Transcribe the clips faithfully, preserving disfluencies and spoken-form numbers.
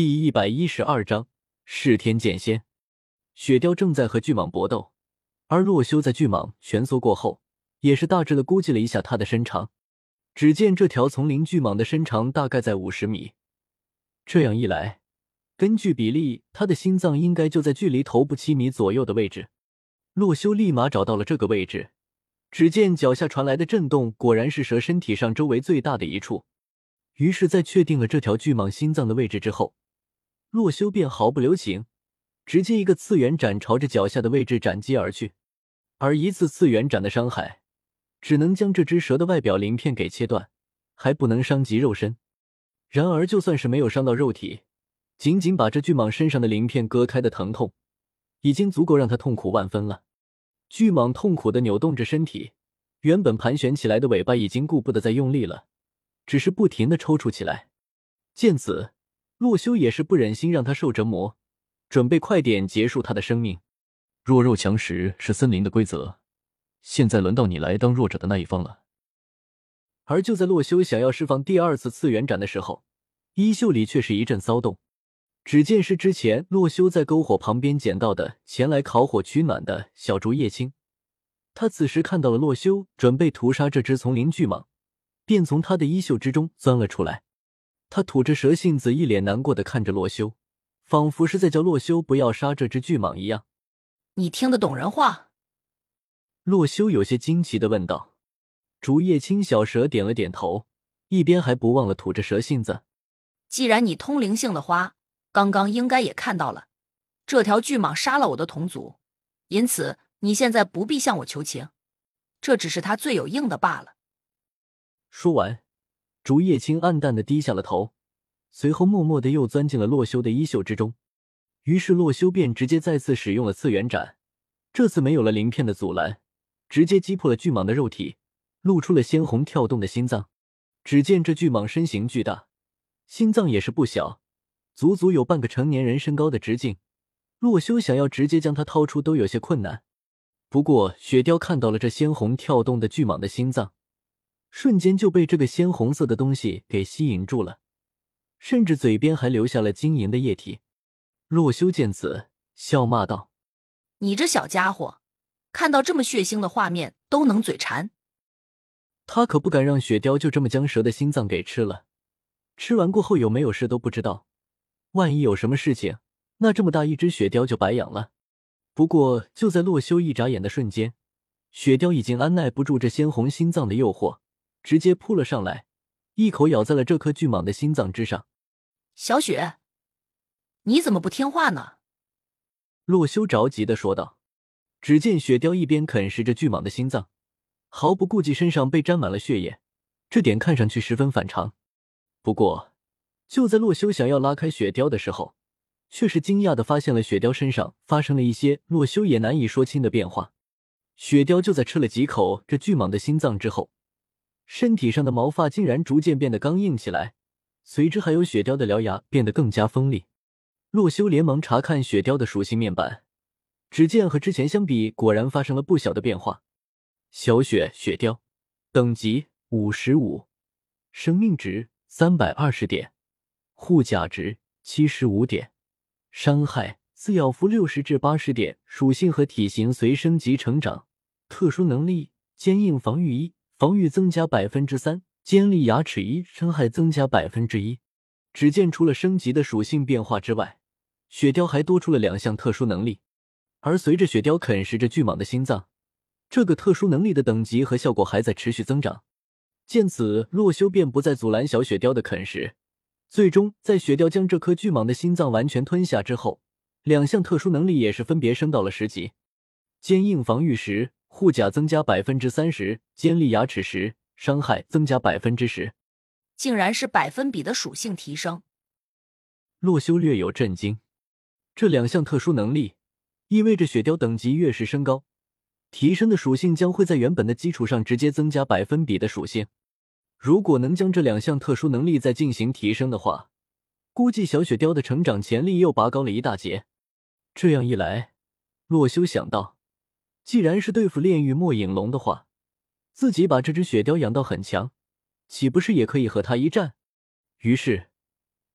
第一百一十二章噬天剑仙。雪貂正在和巨蟒搏斗，而洛修在巨蟒蜷缩过后，也是大致的估计了一下它的身长。只见这条丛林巨蟒的身长大概在五十米，这样一来，根据比例，它的心脏应该就在距离头部七米左右的位置。洛修立马找到了这个位置，只见脚下传来的震动果然是蛇身体上周围最大的一处。于是在确定了这条巨蟒心脏的位置之后，洛修便毫不留情，直接一个次元斩朝着脚下的位置斩击而去。而一次次元斩的伤害，只能将这只蛇的外表鳞片给切断，还不能伤及肉身。然而就算是没有伤到肉体，仅仅把这巨蟒身上的鳞片割开的疼痛，已经足够让他痛苦万分了。巨蟒痛苦地扭动着身体，原本盘旋起来的尾巴已经顾不得再用力了，只是不停地抽搐起来。见此，洛修也是不忍心让他受折磨，准备快点结束他的生命。 弱肉强食是森林的规则，现在轮到你来当弱者的那一方了。 而就在洛修想要释放第二次次元斩的时候，衣袖里却是一阵骚动。只见是之前洛修在篝火旁边捡到的前来烤火取暖的小竹叶青，他此时看到了洛修准备屠杀这只丛林巨蟒，便从他的衣袖之中钻了出来。他吐着蛇信子，一脸难过的看着洛修，仿佛是在叫洛修不要杀这只巨蟒一样。 你听得懂人话？ 洛修有些惊奇的问道。竹叶青小蛇点了点头，一边还不忘了吐着蛇信子。 既然你通灵性的话，刚刚应该也看到了，这条巨蟒杀了我的同族，因此你现在不必向我求情，这只是他罪有应得罢了。 说完，竹叶青暗淡的低下了头，随后默默的又钻进了洛修的衣袖之中。于是洛修便直接再次使用了次元斩，这次没有了鳞片的阻拦，直接击破了巨蟒的肉体，露出了鲜红跳动的心脏。只见这巨蟒身形巨大，心脏也是不小，足足有半个成年人身高的直径，洛修想要直接将它掏出都有些困难。不过雪貂看到了这鲜红跳动的巨蟒的心脏，瞬间就被这个鲜红色的东西给吸引住了，甚至嘴边还留下了晶莹的液体。洛修见此，笑骂道： 你这小家伙，看到这么血腥的画面都能嘴馋。 他可不敢让雪貂就这么将蛇的心脏给吃了，吃完过后有没有事都不知道，万一有什么事情，那这么大一只雪貂就白养了。不过就在洛修一眨眼的瞬间，雪貂已经按耐不住这鲜红心脏的诱惑，直接扑了上来，一口咬在了这颗巨蟒的心脏之上。 小雪，你怎么不听话呢？ 洛修着急地说道。只见雪貂一边啃食着巨蟒的心脏，毫不顾忌身上被沾满了血液，这点看上去十分反常。不过就在洛修想要拉开雪貂的时候，却是惊讶地发现了雪貂身上发生了一些洛修也难以说清的变化。雪貂就在吃了几口这巨蟒的心脏之后，身体上的毛发竟然逐渐变得刚硬起来，随之还有雪貂的獠牙变得更加锋利。洛修连忙查看雪貂的属性面板，只见和之前相比果然发生了不小的变化。小雪雪貂，等级五十五，生命值三百二十点，护甲值七十五点，伤害自咬符六十至八十点，属性和体型随升级成长。特殊能力坚硬防御一，防御增加 百分之三， 尖利牙齿一，伤害增加 百分之一。 只见除了升级的属性变化之外，雪貂还多出了两项特殊能力。而随着雪貂啃食着巨蟒的心脏，这个特殊能力的等级和效果还在持续增长。见此，洛修便不再阻拦小雪貂的啃食。最终在雪貂将这颗巨蟒的心脏完全吞下之后，两项特殊能力也是分别升到了十级。坚硬防御十，护甲增加 百分之三十， 尖利牙齿十，伤害增加 百分之十。 竟然是百分比的属性提升。 洛修略有震惊，这两项特殊能力意味着雪貂等级越是升高，提升的属性将会在原本的基础上直接增加百分比的属性。如果能将这两项特殊能力再进行提升的话，估计小雪貂的成长潜力又拔高了一大截。这样一来，洛修想到，既然是对付炼狱末影龙的话，自己把这只雪貂养到很强，岂不是也可以和他一战？于是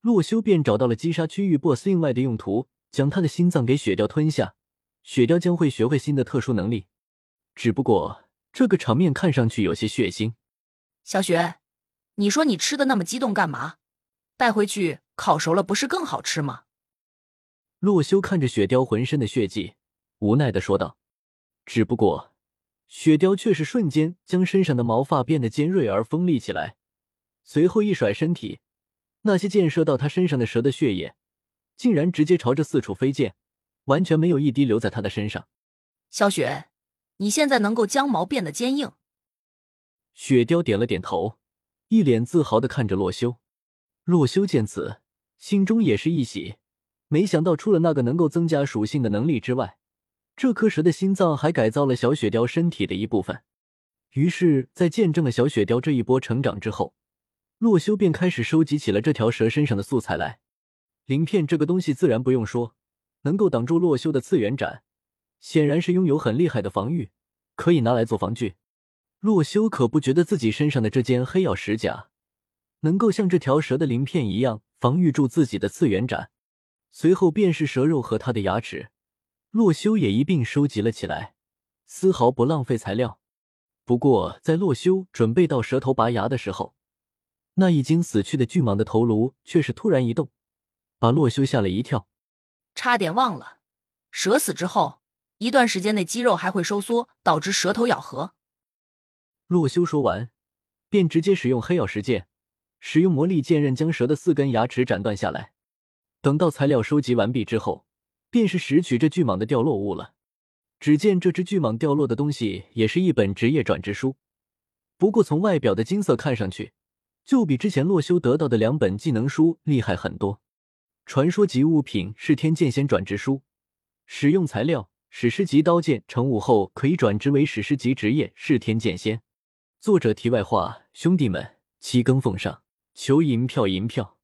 洛修便找到了击杀区域 B O S S 另外的用途，将他的心脏给血貂吞下，血貂将会学会新的特殊能力。只不过这个场面看上去有些血腥。 小雪，你说你吃的那么激动干嘛？带回去烤熟了不是更好吃吗？ 洛修看着雪貂浑身的血迹，无奈地说道。只不过雪貂却是瞬间将身上的毛发变得尖锐而锋利起来，随后一甩身体，那些溅射到他身上的蛇的血液竟然直接朝着四处飞溅，完全没有一滴留在他的身上。 小雪，你现在能够将毛变得坚硬。 雪貂点了点头，一脸自豪地看着洛修。洛修见此，心中也是一喜，没想到除了那个能够增加属性的能力之外，这颗蛇的心脏还改造了小雪貂身体的一部分。于是在见证了小雪貂这一波成长之后，洛修便开始收集起了这条蛇身上的素材来。鳞片这个东西自然不用说，能够挡住洛修的次元斩，显然是拥有很厉害的防御，可以拿来做防具。洛修可不觉得自己身上的这件黑曜石甲能够像这条蛇的鳞片一样防御住自己的次元斩。随后便是蛇肉和他的牙齿，洛修也一并收集了起来，丝毫不浪费材料。不过在洛修准备到蛇头拔牙的时候，那已经死去的巨蟒的头颅却是突然一动，把洛修吓了一跳。 差点忘了，蛇死之后一段时间内肌肉还会收缩，导致舌头咬合。 洛修说完便直接使用黑曜石剑，使用魔力剑刃将蛇的四根牙齿斩断下来。等到材料收集完毕之后，便是拾取这巨蟒的掉落物了。只见这只巨蟒掉落的东西也是一本职业转职书，不过从外表的金色看上去，就比之前洛修得到的两本技能书厉害很多。传说级物品是天剑仙转职书，使用材料史诗级刀剑成武后可以转职为史诗级职业是天剑仙。作者题外话，兄弟们，七更奉上，求银票银票。